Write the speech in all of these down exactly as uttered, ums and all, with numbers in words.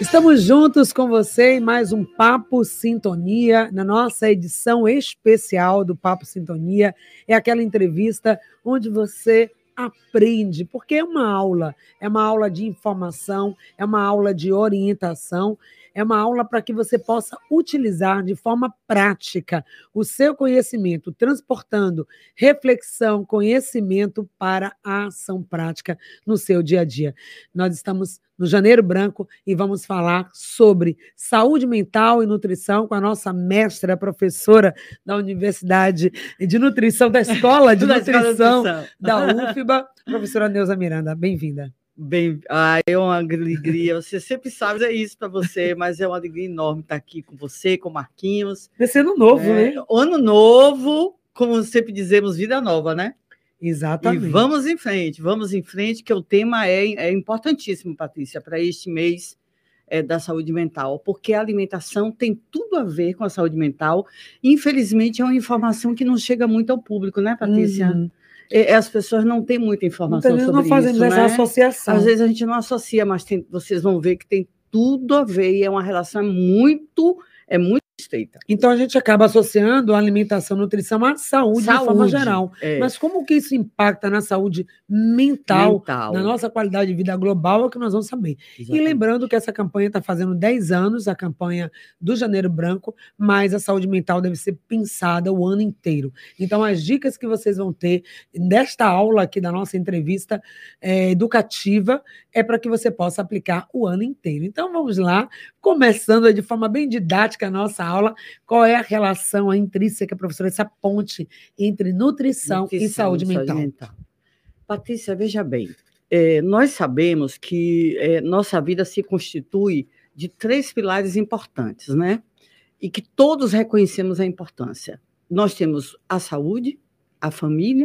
Estamos juntos com você em mais um Papo Sintonia, na nossa edição especial do Papo Sintonia. É aquela entrevista onde você aprende, porque é uma aula, é uma aula de informação, é uma aula de orientação, é uma aula para que você possa utilizar de forma prática o seu conhecimento, transportando reflexão, conhecimento para a ação prática no seu dia a dia. Nós estamos no Janeiro Branco e vamos falar sobre saúde mental e nutrição com a nossa mestra, professora da Universidade de Nutrição, da Escola de Nutrição da U F B A, professora Neuza Miranda. Bem-vinda. Bem, ah, é uma alegria, você sempre sabe, é isso para você, mas é uma alegria enorme estar aqui com você, com o Marquinhos. Esse ano novo, é, né? Ano novo, como sempre dizemos, vida nova, né? Exatamente. E vamos em frente, vamos em frente, que o tema é, é importantíssimo, Patrícia, para este mês é, da saúde mental, porque a alimentação tem tudo a ver com a saúde mental. Infelizmente, é uma informação que não chega muito ao público, né, Patrícia? Uhum. As pessoas não têm muita informação Muitas vezes sobre não fazemos isso, essa né? associação. Às vezes a gente não associa, mas tem, vocês vão ver que tem tudo a ver e é uma relação muito, é muito estreita. Então a gente acaba associando a alimentação, nutrição à saúde, saúde de forma geral. É. Mas como que isso impacta na saúde mental, mental, na nossa qualidade de vida global, é o que nós vamos saber. Exatamente. E lembrando que essa campanha está fazendo dez anos, a campanha do Janeiro Branco, mas a saúde mental deve ser pensada o ano inteiro. Então as dicas que vocês vão ter nesta aula aqui da nossa entrevista é, educativa é para que você possa aplicar o ano inteiro. Então vamos lá, começando de forma bem didática a nossa aula, qual é a relação a intrínseca, professora, essa ponte entre nutrição, nutrição e saúde, saúde mental. mental. Patrícia, veja bem, é, nós sabemos que é, nossa vida se constitui de três pilares importantes, né? E que todos reconhecemos a importância. Nós temos a saúde, a família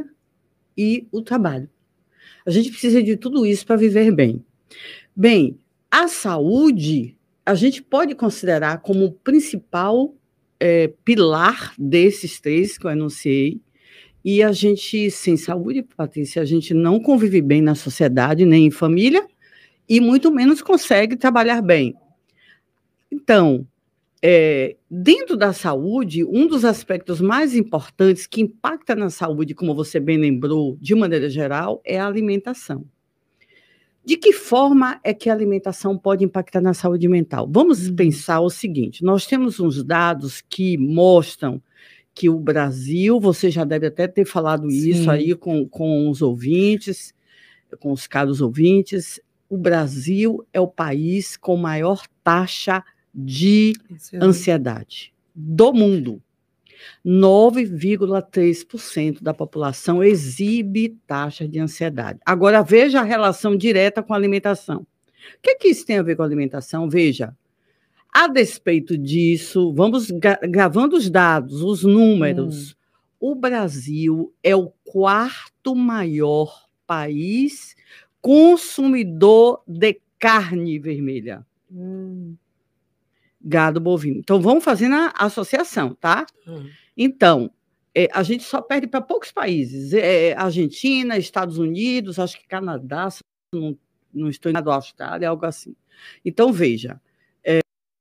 e o trabalho. A gente precisa de tudo isso para viver bem. Bem, a saúde a gente pode considerar como o principal é, pilar desses três que eu enunciei, e a gente, sem saúde, Patrícia, a gente não convive bem na sociedade, nem em família, e muito menos consegue trabalhar bem. Então, é, dentro da saúde, um dos aspectos mais importantes que impacta na saúde, como você bem lembrou, de maneira geral, é a alimentação. De que forma é que a alimentação pode impactar na saúde mental? Vamos uhum. pensar o seguinte, nós temos uns dados que mostram que o Brasil, você já deve até ter falado Sim. isso aí com, com os ouvintes, com os caros ouvintes, o Brasil é o país com maior taxa de Excelente. ansiedade do mundo. nove vírgula três por cento da população exibe taxa de ansiedade. Agora, veja a relação direta com a alimentação. O que, que isso tem a ver com a alimentação? Veja, a despeito disso, vamos gra- gravando os dados, os números. Hum. O Brasil é o quarto maior país consumidor de carne vermelha. Hum. Gado bovino. Então, vamos fazer na associação, tá? Hum. Então, é, a gente só perde para poucos países. É, Argentina, Estados Unidos, acho que Canadá, não, não estou enganado, Austrália, algo assim. Então, veja, é,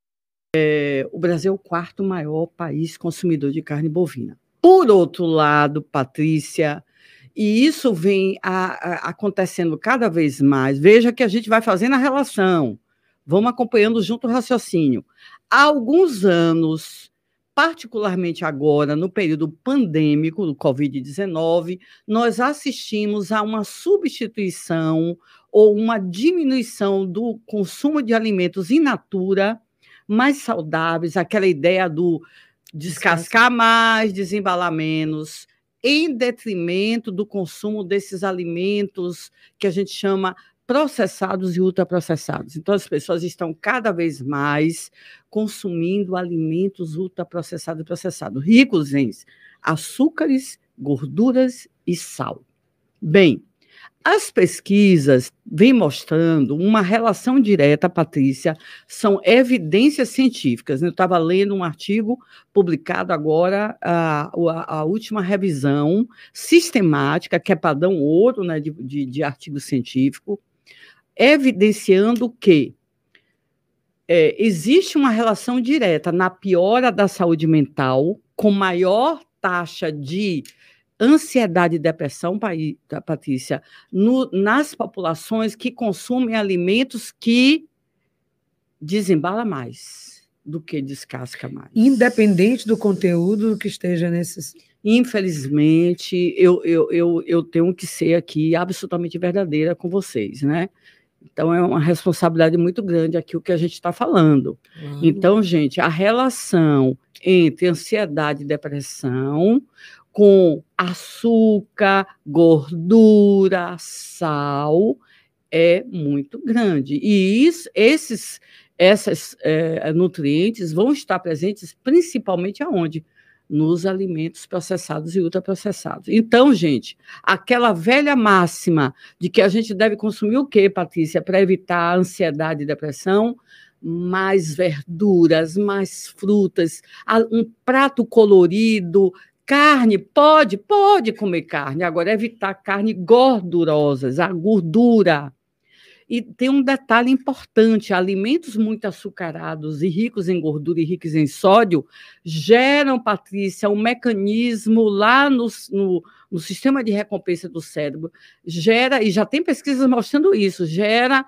é, o Brasil é o quarto maior país consumidor de carne bovina. Por outro lado, Patrícia, e isso vem a, a, acontecendo cada vez mais, veja que a gente vai fazendo a relação, vamos acompanhando junto o raciocínio. Há alguns anos, particularmente agora, no período pandêmico do covid dezenove, nós assistimos a uma substituição ou uma diminuição do consumo de alimentos in natura, mais saudáveis, aquela ideia do descascar mais, desembalar menos, em detrimento do consumo desses alimentos que a gente chama processados e ultraprocessados. Então, as pessoas estão cada vez mais consumindo alimentos ultraprocessados e processados, ricos em açúcares, gorduras e sal. Bem, as pesquisas vêm mostrando uma relação direta, Patrícia, são evidências científicas. Eu estava lendo um artigo publicado agora, a, a, a última revisão sistemática, que é padrão ouro, né, de, de, de artigo científico, evidenciando que é, existe uma relação direta na piora da saúde mental, com maior taxa de ansiedade e depressão, Patrícia, no, nas populações que consumem alimentos que desembala mais do que descasca mais. Independente do conteúdo que esteja nesses... Infelizmente, eu, eu, eu, eu tenho que ser aqui absolutamente verdadeira com vocês, né? Então, é uma responsabilidade muito grande aqui o que a gente está falando. Uhum. Então, gente, a relação entre ansiedade e depressão com açúcar, gordura, sal, é muito grande. E isso, esses esses é, nutrientes vão estar presentes principalmente aonde? Nos alimentos processados e ultraprocessados. Então, gente, aquela velha máxima de que a gente deve consumir o quê, Patrícia, para evitar a ansiedade e depressão? Mais verduras, mais frutas, um prato colorido, carne, pode, pode comer carne, agora evitar carne gordurosas, a gordura. E tem um detalhe importante: alimentos muito açucarados e ricos em gordura e ricos em sódio geram, Patrícia, um mecanismo lá no, no, no sistema de recompensa do cérebro, gera, e já tem pesquisas mostrando isso, gera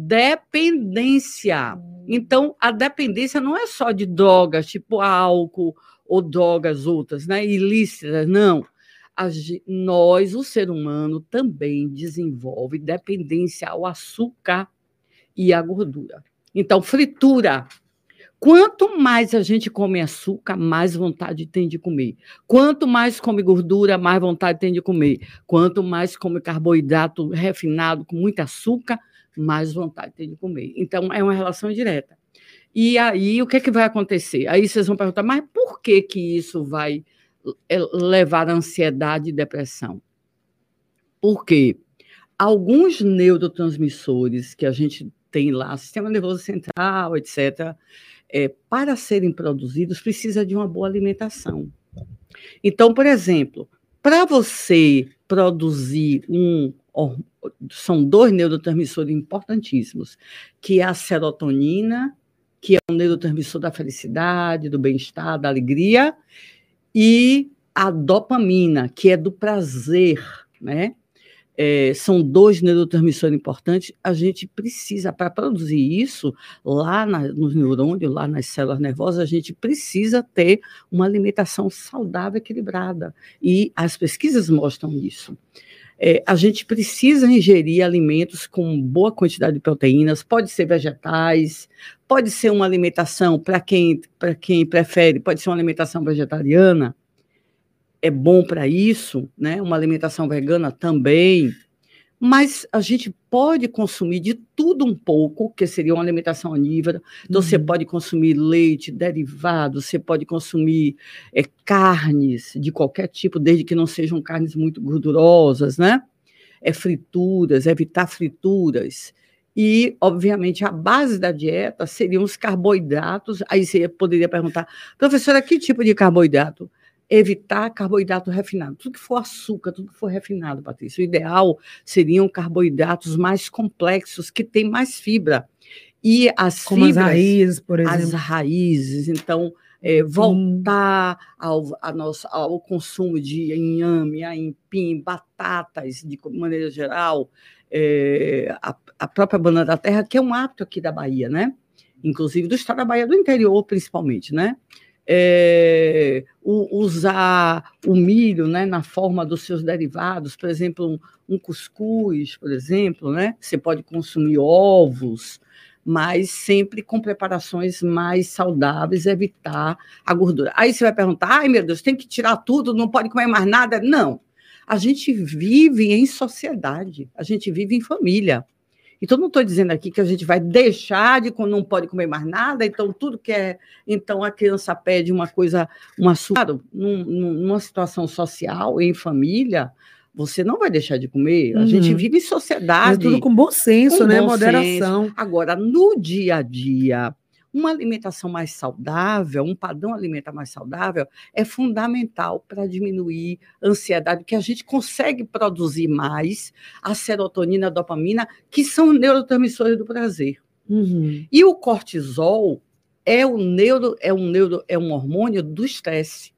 dependência. Então, a dependência não é só de drogas, tipo álcool ou drogas outras, né, ilícitas, não. A, nós, o ser humano, também desenvolve dependência ao açúcar e à gordura. Então, fritura. Quanto mais a gente come açúcar, mais vontade tem de comer. Quanto mais come gordura, mais vontade tem de comer. Quanto mais come carboidrato refinado com muito açúcar, mais vontade tem de comer. Então, é uma relação direta. E aí, o que, é que vai acontecer? Aí vocês vão perguntar, mas por que, que isso vai levar a ansiedade e depressão? Porque alguns neurotransmissores que a gente tem lá, sistema nervoso central, etcétera, é, para serem produzidos, precisa de uma boa alimentação. Então, por exemplo, para você produzir um... São dois neurotransmissores importantíssimos, que é a serotonina, que é um neurotransmissor da felicidade, do bem-estar, da alegria, e a dopamina, que é do prazer, né? É, são dois neurotransmissores importantes. A gente precisa, para produzir isso, lá na, nos neurônios, lá nas células nervosas, a gente precisa ter uma alimentação saudável, equilibrada. E as pesquisas mostram isso. É, a gente precisa ingerir alimentos com boa quantidade de proteínas, pode ser vegetais, pode ser uma alimentação, para quem, para quem prefere, pode ser uma alimentação vegetariana, é bom para isso, né? Uma alimentação vegana também, mas a gente pode consumir de tudo um pouco, que seria uma alimentação onívora. Então, uhum. Você pode consumir leite, derivados, você pode consumir é, carnes de qualquer tipo, desde que não sejam carnes muito gordurosas, né? É, frituras, evitar frituras. E, obviamente, a base da dieta seriam os carboidratos. Aí você poderia perguntar, professora, que tipo de carboidrato? Evitar carboidrato refinado. Tudo que for açúcar, tudo que for refinado, Patrícia. O ideal seriam carboidratos mais complexos, que têm mais fibra. E as Como fibras... as raízes, por exemplo. As raízes. Então, é, voltar ao, a nossa, ao consumo de inhame, aipim, batatas, de maneira geral, é, a, a própria banana da terra, que é um hábito aqui da Bahia, né? Inclusive do estado da Bahia, do interior, principalmente, né? É, o, usar o milho, né, na forma dos seus derivados, por exemplo, um, um cuscuz, por exemplo, né? Você pode consumir ovos, mas sempre com preparações mais saudáveis, evitar a gordura. Aí você vai perguntar, ai meu Deus, tem que tirar tudo, não pode comer mais nada? Não, a gente vive em sociedade, a gente vive em família. Então, não estou dizendo aqui que a gente vai deixar de, não pode comer mais nada, então tudo que é... Então, a criança pede uma coisa, um açúcar, num, numa situação social, em família, você não vai deixar de comer. A uhum. gente vive em sociedade. Mas tudo com bom senso, com né? Bom moderação. Senso. Agora, no dia a dia, uma alimentação mais saudável, um padrão alimentar mais saudável, é fundamental para diminuir a ansiedade, porque a gente consegue produzir mais a serotonina, a dopamina, que são neurotransmissores do prazer. Uhum. E o cortisol é, o neuro, é, um neuro, é um hormônio do estresse.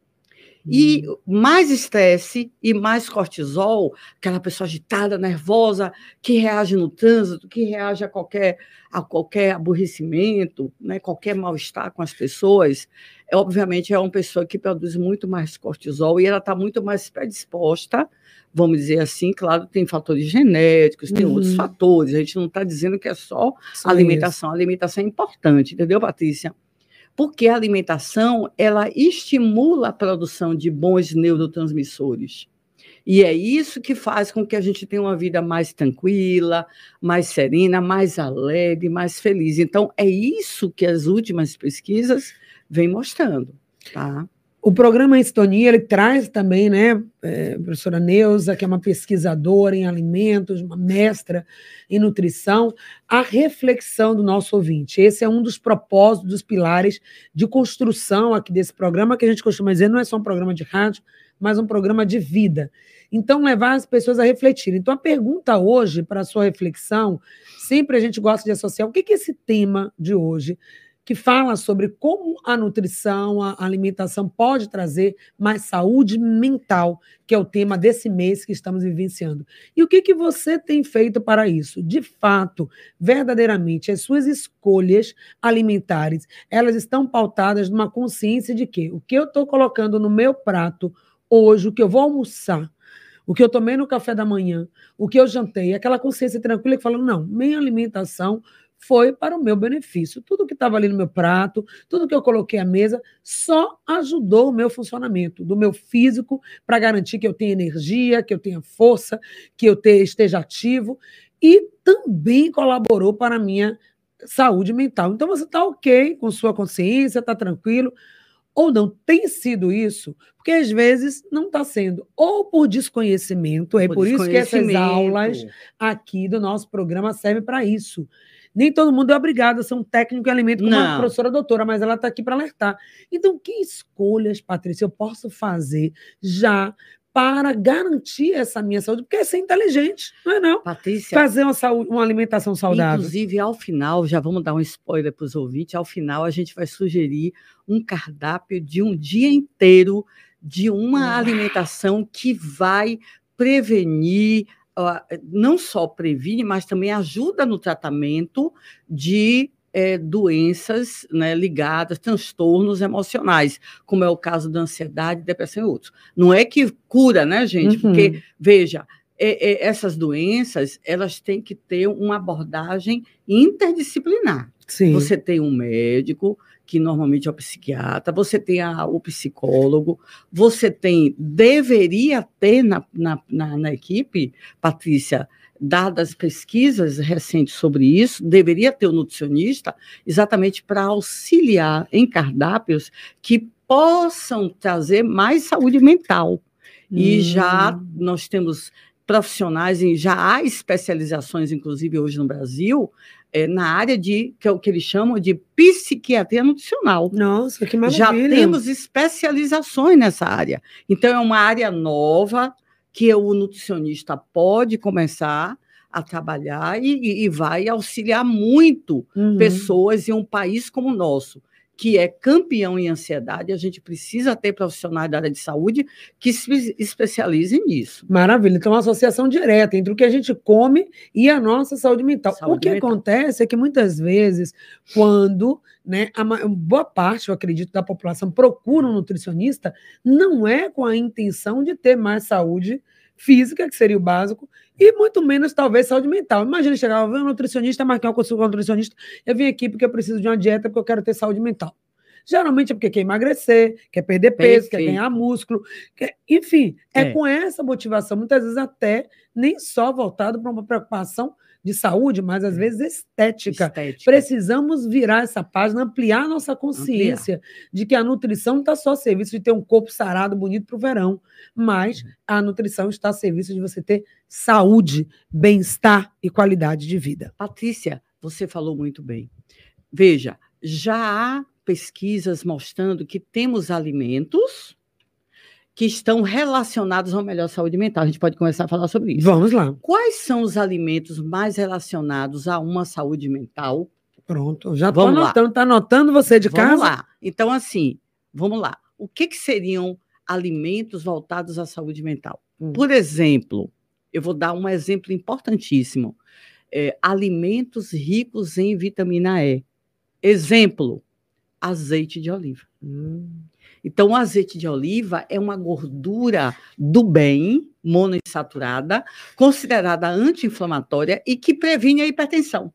E mais estresse e mais cortisol, aquela pessoa agitada, nervosa, que reage no trânsito, que reage a qualquer, a qualquer aborrecimento, né, qualquer mal-estar com as pessoas, é, obviamente é uma pessoa que produz muito mais cortisol e ela está muito mais predisposta, vamos dizer assim, claro, tem fatores genéticos, tem uhum. outros fatores, a gente não está dizendo que é só, só alimentação, isso. A alimentação é importante, entendeu, Patrícia? Porque a alimentação, ela estimula a produção de bons neurotransmissores. E é isso que faz com que a gente tenha uma vida mais tranquila, mais serena, mais alegre, mais feliz. Então, é isso que as últimas pesquisas vêm mostrando, tá? O programa Sintonia, ele traz também, né, é, a professora Neuza, que é uma pesquisadora em alimentos, uma mestra em nutrição, a reflexão do nosso ouvinte. Esse é um dos propósitos, dos pilares de construção aqui desse programa, que a gente costuma dizer, não é só um programa de rádio, mas um programa de vida. Então, levar as pessoas a refletirem. Então, a pergunta hoje, para a sua reflexão, sempre a gente gosta de associar o que é esse tema de hoje, que fala sobre como a nutrição, a alimentação pode trazer mais saúde mental, que é o tema desse mês que estamos vivenciando. E o que, que você tem feito para isso? De fato, verdadeiramente, as suas escolhas alimentares, elas estão pautadas numa consciência de que o que eu estou colocando no meu prato hoje, o que eu vou almoçar, o que eu tomei no café da manhã, o que eu jantei, aquela consciência tranquila que fala, não, minha alimentação foi para o meu benefício. Tudo que estava ali no meu prato, tudo que eu coloquei à mesa, só ajudou o meu funcionamento, do meu físico, para garantir que eu tenha energia, que eu tenha força, que eu te, esteja ativo, e também colaborou para a minha saúde mental. Então, você está ok com sua consciência, está tranquilo, ou não tem sido isso, porque às vezes não está sendo, ou por desconhecimento, é por, por isso que essas aulas aqui do nosso programa servem para isso. Nem todo mundo é obrigado a ser um técnico em alimento como não. A professora doutora, mas ela está aqui para alertar. Então, que escolhas, Patrícia, eu posso fazer já para garantir essa minha saúde? Porque é ser inteligente, não é não? Patrícia, fazer uma, saúde, uma alimentação saudável. Inclusive, ao final, já vamos dar um spoiler para os ouvintes, ao final a gente vai sugerir um cardápio de um dia inteiro de uma Uau. alimentação que vai prevenir, não só previne, mas também ajuda no tratamento de é, doenças, né, ligadas, transtornos emocionais, como é o caso da ansiedade, depressão e outros. Não é que cura, né, gente? Uhum. Porque, veja, é, é, essas doenças, elas têm que ter uma abordagem interdisciplinar. Sim. Você tem um médico, que normalmente é o psiquiatra, você tem a, o psicólogo, você tem, deveria ter na, na, na, na equipe, Patrícia, dadas pesquisas recentes sobre isso, deveria ter o nutricionista exatamente para auxiliar em cardápios que possam trazer mais saúde mental. Hum. E já nós temos profissionais, e já há especializações, inclusive hoje no Brasil, É, na área de, que é o que eles chamam de psiquiatria nutricional. Nossa, que maravilha! Já temos especializações nessa área. Então, é uma área nova que o nutricionista pode começar a trabalhar e, e vai auxiliar muito uhum. pessoas em um país como o nosso, que é campeão em ansiedade. A gente precisa ter profissionais da área de saúde que se especializem nisso. Maravilha. Então, uma associação direta entre o que a gente come e a nossa saúde mental. Saúde o que mental. Acontece é que, muitas vezes, quando, né, a boa parte, eu acredito, da população procura um nutricionista, não é com a intenção de ter mais saúde física, que seria o básico, e muito menos, talvez, saúde mental. Imagina chegar, eu vou um nutricionista, marcar uma consulta com um nutricionista, eu vim aqui porque eu preciso de uma dieta, porque eu quero ter saúde mental. Geralmente é porque quer emagrecer, quer perder peso, Perfeito. Quer ganhar músculo, quer... enfim, é, é com essa motivação, muitas vezes até nem só voltado para uma preocupação de saúde, mas às vezes estética. estética. Precisamos virar essa página, ampliar a nossa consciência ampliar. De que a nutrição não está só a serviço de ter um corpo sarado, bonito para o verão, mas uhum. a nutrição está a serviço de você ter saúde, bem-estar e qualidade de vida. Patrícia, você falou muito bem. Veja, já há pesquisas mostrando que temos alimentos que estão relacionados a uma melhor saúde mental. A gente pode começar a falar sobre isso. Vamos lá. Quais são os alimentos mais relacionados a uma saúde mental? Pronto, já estou anotando. Está anotando você de vamos casa? Vamos lá. Então, assim, vamos lá. O que, que seriam alimentos voltados à saúde mental? Hum. Por exemplo, eu vou dar um exemplo importantíssimo. É, alimentos ricos em vitamina E. Exemplo, azeite de oliva. Hum. Então, o azeite de oliva é uma gordura do bem, monoinsaturada, considerada anti-inflamatória e que previne a hipertensão.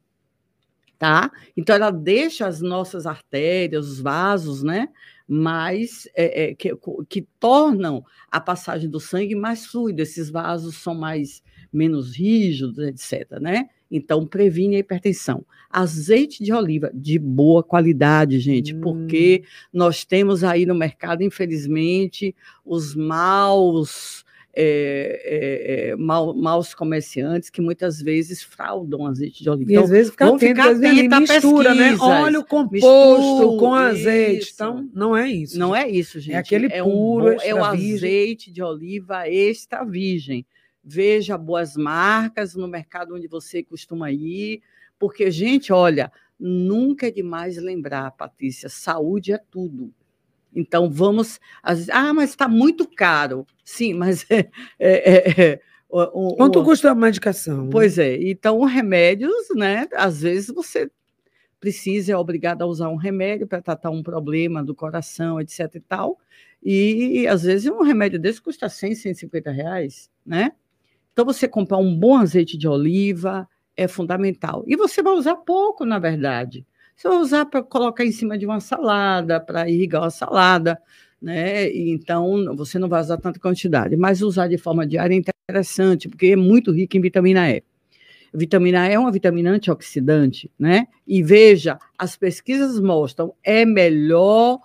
Tá? Então, ela deixa as nossas artérias, os vasos, né, mais, é, é, que, que tornam a passagem do sangue mais fluida. Esses vasos são mais, menos rígidos, etcétera, né? Então, previne a hipertensão. Azeite de oliva de boa qualidade, gente, hum. porque nós temos aí no mercado, infelizmente, os maus... É, é, é, mal, maus comerciantes que muitas vezes fraudam azeite de oliva. E então, às vezes fica atento, às vezes mistura, né? Óleo composto mistura, com azeite. Isso. Então, não é isso. Não gente. é isso, gente. É aquele é puro, um bom, é o azeite de oliva extra virgem. Veja boas marcas no mercado onde você costuma ir, porque, gente, olha, nunca é demais lembrar, Patrícia, saúde é tudo. Então, vamos... Ah, mas está muito caro. Sim, mas... É, é, é, o, Quanto o, custa a medicação? Pois né? é. Então, remédios, né? Às vezes, você precisa, é obrigado a usar um remédio para tratar um problema do coração, etc e tal. E, às vezes, um remédio desse custa cem, cento e cinquenta reais, né? Então, você comprar um bom azeite de oliva é fundamental. E você vai usar pouco, na verdade. Você vai usar para colocar em cima de uma salada, para irrigar uma salada, né? E então, você não vai usar tanta quantidade, mas usar de forma diária é interessante, porque é muito rico em vitamina E. A vitamina E é uma vitamina antioxidante, né? E veja, as pesquisas mostram é melhor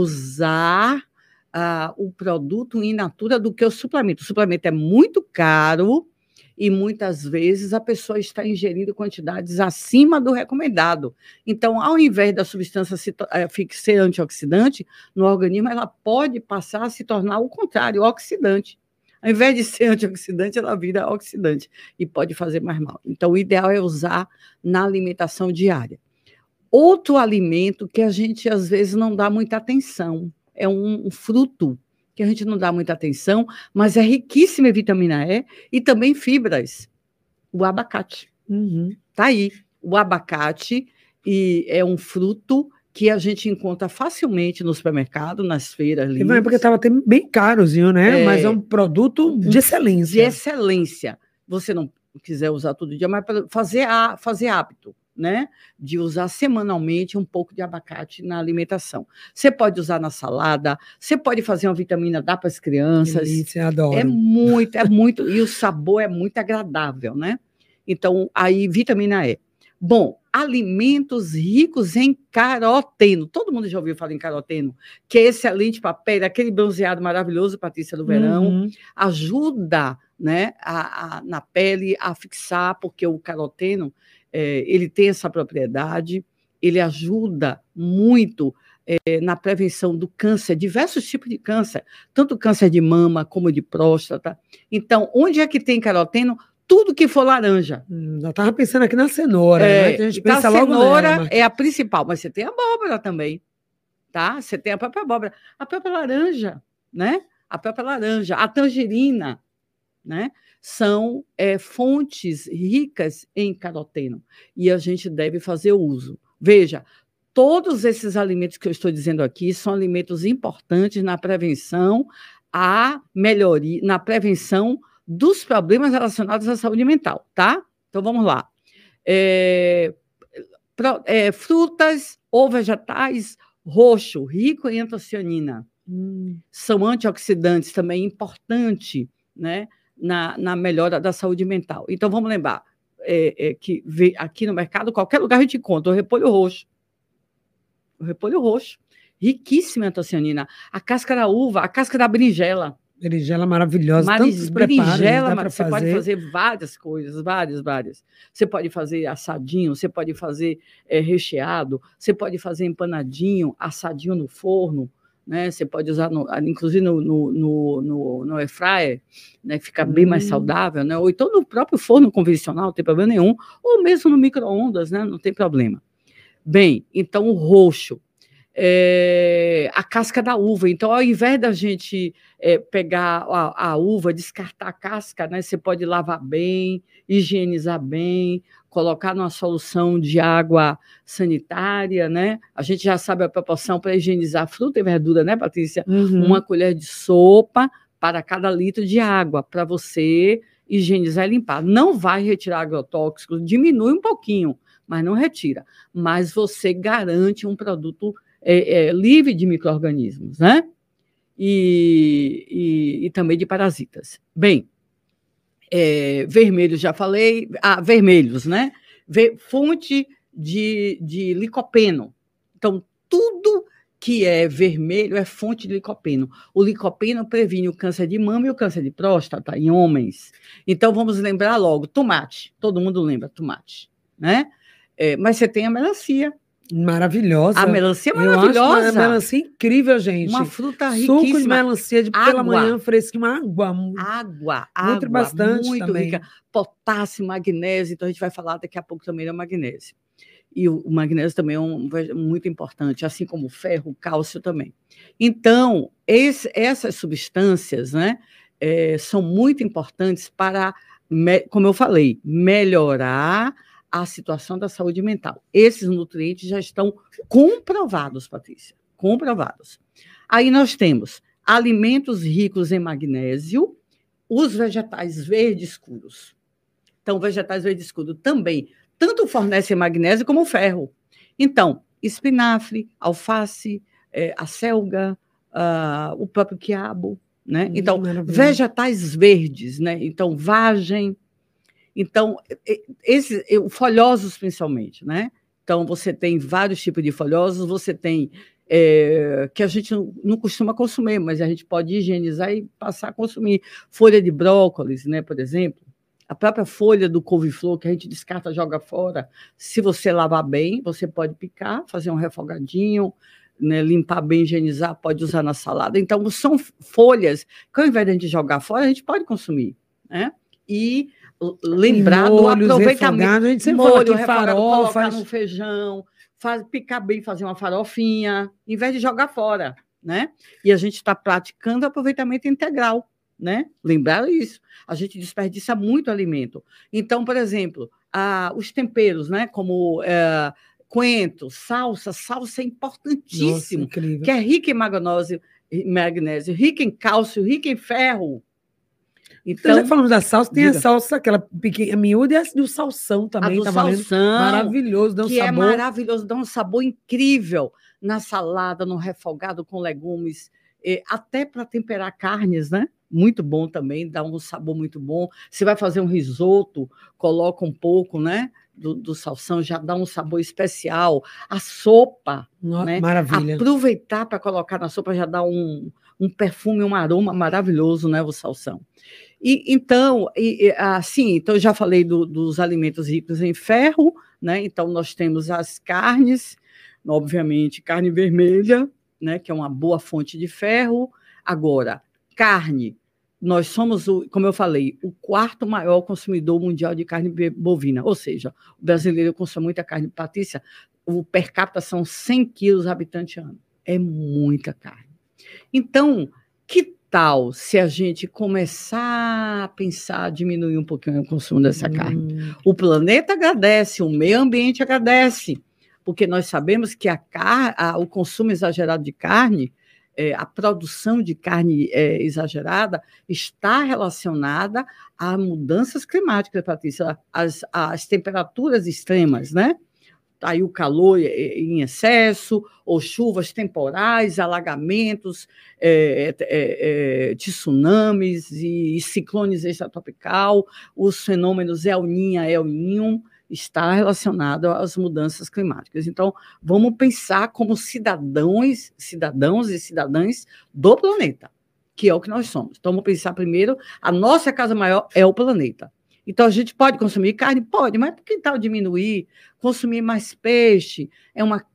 usar uh, o produto in natura do que o suplemento. O suplemento é muito caro, e muitas vezes a pessoa está ingerindo quantidades acima do recomendado. Então, ao invés da substância ser antioxidante, no organismo ela pode passar a se tornar o contrário, oxidante. Ao invés de ser antioxidante, ela vira oxidante e pode fazer mais mal. Então, o ideal é usar na alimentação diária. Outro alimento que a gente, às vezes, não dá muita atenção é um, um fruto que a gente não dá muita atenção, mas é riquíssima em vitamina E e também fibras. O abacate. Uhum. Tá aí. O abacate e é um fruto que a gente encontra facilmente no supermercado, nas feiras livres. É porque estava bem carozinho, né? É, mas é um produto de excelência. De excelência. Você não quiser usar todo dia, mas para fazer, fazer hábito, né? De usar semanalmente um pouco de abacate na alimentação. Você pode usar na salada, você pode fazer uma vitamina D para as crianças. Delícia, adoro. É muito, é muito, e o sabor é muito agradável, né? Então, aí, vitamina E. Bom, alimentos ricos em caroteno. Todo mundo já ouviu falar em caroteno, que é excelente para a pele, aquele bronzeado maravilhoso, Patrícia, do verão. Uhum. Ajuda, né, a, a, na pele a fixar, porque o caroteno é, ele tem essa propriedade, ele ajuda muito é, na prevenção do câncer, diversos tipos de câncer, tanto câncer de mama como de próstata. Então, onde é que tem caroteno? Tudo que for laranja. Hum, eu estava pensando aqui na cenoura. É, né? A gente então pensa a logo cenoura nela, é a principal, mas você tem a abóbora também, tá? Você tem a própria abóbora, a própria laranja, né? A própria laranja, a tangerina, né? São é, fontes ricas em caroteno e a gente deve fazer uso. Veja, todos esses alimentos que eu estou dizendo aqui são alimentos importantes na prevenção à melhoria, na prevenção dos problemas relacionados à saúde mental, tá? Então, vamos lá. É, pro, é, frutas ou vegetais roxo, rico em antocianina. Hum. São antioxidantes também, importante, né, na, na melhora da saúde mental. Então, vamos lembrar é, é, que vê aqui no mercado, qualquer lugar a gente encontra o repolho roxo. O repolho roxo, riquíssimo em antocianina. A casca da uva, a casca da berinjela. Berinjela maravilhosa, Maris, tantos preparos, berinjela, dá você fazer. pode fazer várias coisas, várias, várias. Você pode fazer assadinho, você pode fazer é, recheado, você pode fazer empanadinho, assadinho no forno, né? Você pode usar, no, inclusive, no, no, no, no, no air fryer, né? Fica bem hum. mais saudável, né? Ou então no próprio forno convencional, não tem problema nenhum, ou mesmo no micro-ondas, né? Não tem problema. Bem, então o roxo, é, a casca da uva. Então, ao invés da gente é, pegar a, a uva, descartar a casca, né? Você pode lavar bem, higienizar bem, colocar numa solução de água sanitária, né? A gente já sabe a proporção para higienizar fruta e verdura, né, Patrícia? Uhum. Uma colher de sopa para cada litro de água, para você higienizar e limpar. Não vai retirar agrotóxicos, diminui um pouquinho, mas não retira. Mas você garante um produto é, é, livre de micro-organismos, né? E, e, e também de parasitas. Bem, É, vermelhos, já falei. Ah, vermelhos, né? Ver, fonte de, de licopeno. Então, tudo que é vermelho é fonte de licopeno. O licopeno previne o câncer de mama e o câncer de próstata em homens. Então, vamos lembrar logo, tomate. Todo mundo lembra tomate, né? É, mas você tem a melancia. Maravilhosa. A melancia é maravilhosa. Eu acho uma melancia incrível, gente. Uma fruta riquíssima. Suco de melancia de água. Pela manhã, fresquinho, uma água. Água, água. bastante muito também. rica. Potássio, magnésio. Então, a gente vai falar daqui a pouco também do magnésio. E o, o magnésio também é um, muito importante, assim como o ferro, o cálcio também. Então, esse, essas substâncias, né, é, são muito importantes para, me, como eu falei, melhorar a situação da saúde mental. Esses nutrientes já estão comprovados, Patrícia, comprovados. Aí nós temos alimentos ricos em magnésio, os vegetais verdes escuros. Então, vegetais verdes escuros também tanto fornecem magnésio como ferro. Então, espinafre, alface, é, a selga, uh, o próprio quiabo, né? Então, hum, vegetais verdes, né? Então, vagem. Então, esses, folhosos principalmente, né? Então, você tem vários tipos de folhosos, você tem é, que a gente não, não costuma consumir, mas a gente pode higienizar e passar a consumir. Folha de brócolis, né, por exemplo. A própria folha do couve-flor, que a gente descarta, joga fora. Se você lavar bem, você pode picar, fazer um refogadinho, né, limpar bem, higienizar, pode usar na salada. Então, são folhas que, ao invés de a gente jogar fora, a gente pode consumir, né? E lembrar molhos, do aproveitamento. A gente sempre molho, fala farofa, colocar no feijão, faz, picar bem, fazer uma farofinha, em vez de jogar fora, né? E a gente está praticando aproveitamento integral, né? Lembrar isso. A gente desperdiça muito alimento. Então, por exemplo, ah, os temperos, né? Como é, coentro, salsa. Salsa é importantíssimo, Nossa, que é rica em magnésio, magnésio, rica em cálcio, rica em ferro. Então, já falamos da salsa, tem diga. a salsa, aquela pequena, miúda, e o salsão também. A do tá salsão, maravilhoso, dá um que sabor. é maravilhoso, dá um sabor incrível na salada, no refogado com legumes, eh, até para temperar carnes, né? Muito bom também, dá um sabor muito bom. Você vai fazer um risoto, coloca um pouco, né? Do, do salsão, já dá um sabor especial. A sopa, no, né? Maravilha. Aproveitar para colocar na sopa já dá um, um perfume, um aroma maravilhoso, né? O salsão. E, então, e, assim, então, eu já falei do, dos alimentos ricos em ferro, né? Então, nós temos as carnes, obviamente, carne vermelha, né? Que é uma boa fonte de ferro. Agora, carne, nós somos, o, como eu falei, o quarto maior consumidor mundial de carne bovina, ou seja, o brasileiro consome muita carne. Patrícia, o per capita são cem quilos habitante ano. É muita carne. Então, que tal se a gente começar a pensar, diminuir um pouquinho o consumo dessa hum. carne? O planeta agradece, o meio ambiente agradece, porque nós sabemos que a car- a, o consumo exagerado de carne, é, a produção de carne é, exagerada, está relacionada a mudanças climáticas, Patrícia, as, as temperaturas extremas, né? Aí o calor em excesso, ou chuvas temporais, alagamentos, é, é, é, tsunamis e, e ciclones extratropical, os fenômenos El Niño, El Niño, está relacionado às mudanças climáticas. Então, vamos pensar como cidadãos, cidadãos e cidadãs do planeta, que é o que nós somos. Então, vamos pensar primeiro, a nossa casa maior é o planeta. Então, a gente pode consumir carne? Pode, mas que tal diminuir, consumir mais peixe? É uma,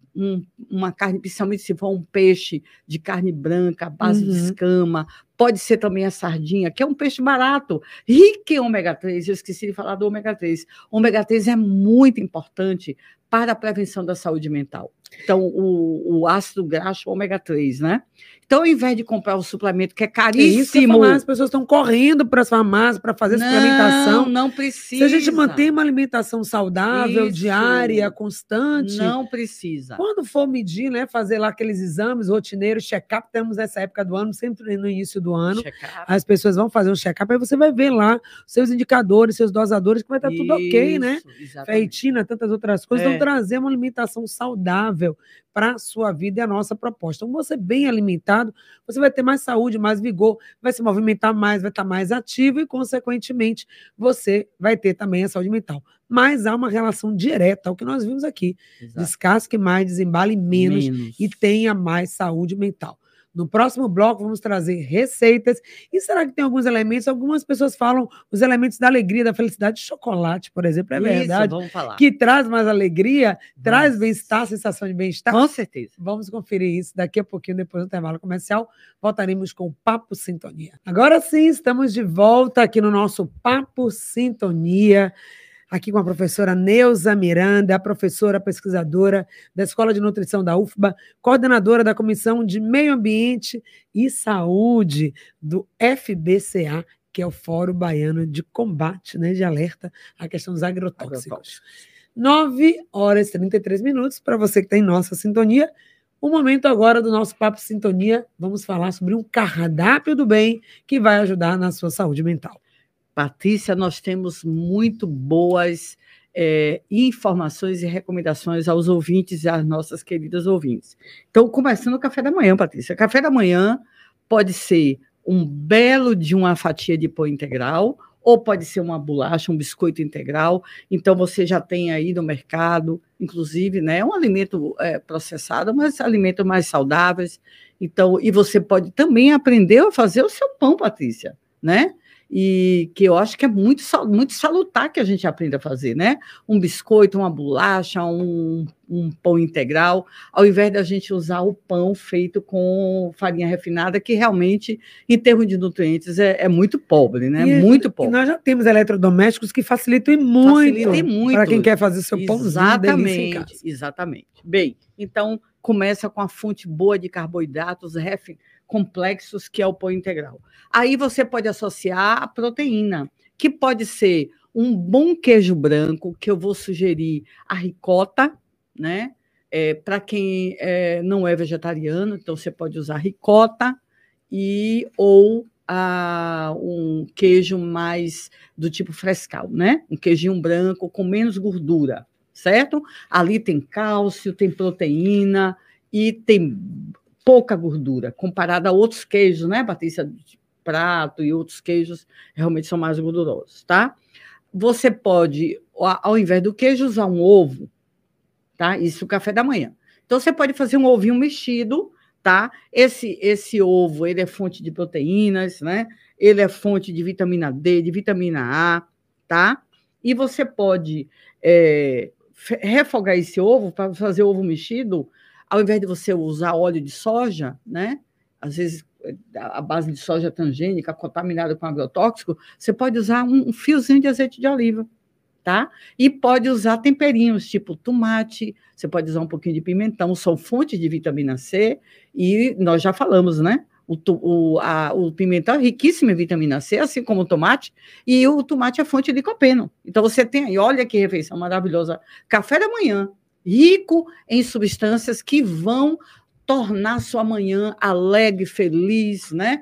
um, uma carne, principalmente se for um peixe de carne branca, à base Uhum. de escama, pode ser também a sardinha, que é um peixe barato, rico em ômega três, eu esqueci de falar do ômega três. O ômega três é muito importante para a prevenção da saúde mental. Então, o, o ácido graxo, o ômega três, né? Então, ao invés de comprar o suplemento, que é caríssimo... É isso que eu ia falar, as pessoas estão correndo para as farmácias para fazer não, suplementação. Não, precisa. Se a gente mantém uma alimentação saudável, isso. diária, constante... Não precisa. Quando for medir, né, fazer lá aqueles exames rotineiros, check-up, temos nessa época do ano, sempre no início do ano, as pessoas vão fazer um check-up, aí você vai ver lá seus indicadores, seus dosadores, que vai estar isso, tudo ok, né? Exatamente. Ferritina, tantas outras coisas, é. Então trazer uma alimentação saudável para a sua vida é a nossa proposta. Então, você bem alimentado, você vai ter mais saúde, mais vigor, vai se movimentar mais, vai estar mais ativo e, consequentemente, você vai ter também a saúde mental. Mas há uma relação direta, ao que nós vimos aqui. Exato. Descasque mais, desembale menos, menos e tenha mais saúde mental. No próximo bloco, vamos trazer receitas. E será que tem alguns elementos? Algumas pessoas falam os elementos da alegria, da felicidade. Chocolate, por exemplo, é Isso, verdade. Vamos falar. Que traz mais alegria, vamos. Traz bem-estar, sensação de bem-estar. Com certeza. Vamos conferir isso daqui a pouquinho, depois do intervalo comercial. Voltaremos com o Papo Sintonia. Agora sim, estamos de volta aqui no nosso Papo Sintonia. Aqui com a professora Neuza Miranda, a professora pesquisadora da Escola de Nutrição da U F B A, coordenadora da Comissão de Meio Ambiente e Saúde do F B C A, que é o Fórum Baiano de Combate, né, de Alerta à Questão dos Agrotóxicos. Agrotóxicos. nove horas e trinta e três minutos, para você que tem nossa sintonia. O momento agora do nosso Papo Sintonia, vamos falar sobre um cardápio do bem que vai ajudar na sua saúde mental. Patrícia, nós temos muito boas é, informações e recomendações aos ouvintes e às nossas queridas ouvintes. Então, começando o café da manhã, Patrícia. Café da manhã pode ser um belo de uma fatia de pão integral, ou pode ser uma bolacha, um biscoito integral. Então, você já tem aí no mercado, inclusive, né, um alimento é, processado, mas alimentos mais saudáveis. Então, e você pode também aprender a fazer o seu pão, Patrícia, né? E que eu acho que é muito, muito salutar que a gente aprenda a fazer, né? Um biscoito, uma bolacha, um, um pão integral, ao invés da gente usar o pão feito com farinha refinada, que realmente, em termos de nutrientes, é, é muito pobre, né? E, muito pobre. E nós já temos eletrodomésticos que facilitam muito, facilitam muito para quem quer fazer seu pãozinho delícia em casa. Exatamente. Bem, então, começa com a fonte boa de carboidratos ref, complexos, que é o pão integral. Aí você pode associar a proteína, que pode ser um bom queijo branco, que eu vou sugerir a ricota, né? É, para quem é, não é vegetariano, então você pode usar ricota e ou a, um queijo mais do tipo frescal, né? Um queijinho branco com menos gordura, certo? Ali tem cálcio, tem proteína e tem pouca gordura, comparada a outros queijos, né, Patrícia? De prato e outros queijos realmente são mais gordurosos, tá? Você pode, ao invés do queijo, usar um ovo, tá? Isso é o café da manhã. Então, você pode fazer um ovinho mexido, tá? Esse, esse ovo, ele é fonte de proteínas, né? Ele é fonte de vitamina D, de vitamina A, tá? E você pode é, refogar esse ovo para fazer ovo mexido, ao invés de você usar óleo de soja, né? Às vezes a base de soja transgênica contaminada com agrotóxico, você pode usar um fiozinho de azeite de oliva, tá? E pode usar temperinhos, tipo tomate, você pode usar um pouquinho de pimentão, são fontes de vitamina C, e nós já falamos, né? O, o, a, o pimentão é riquíssimo em vitamina C, assim como o tomate, e o tomate é fonte de licopeno. Então, você tem aí, olha que refeição maravilhosa, café da manhã, rico em substâncias que vão tornar sua manhã alegre, feliz, né?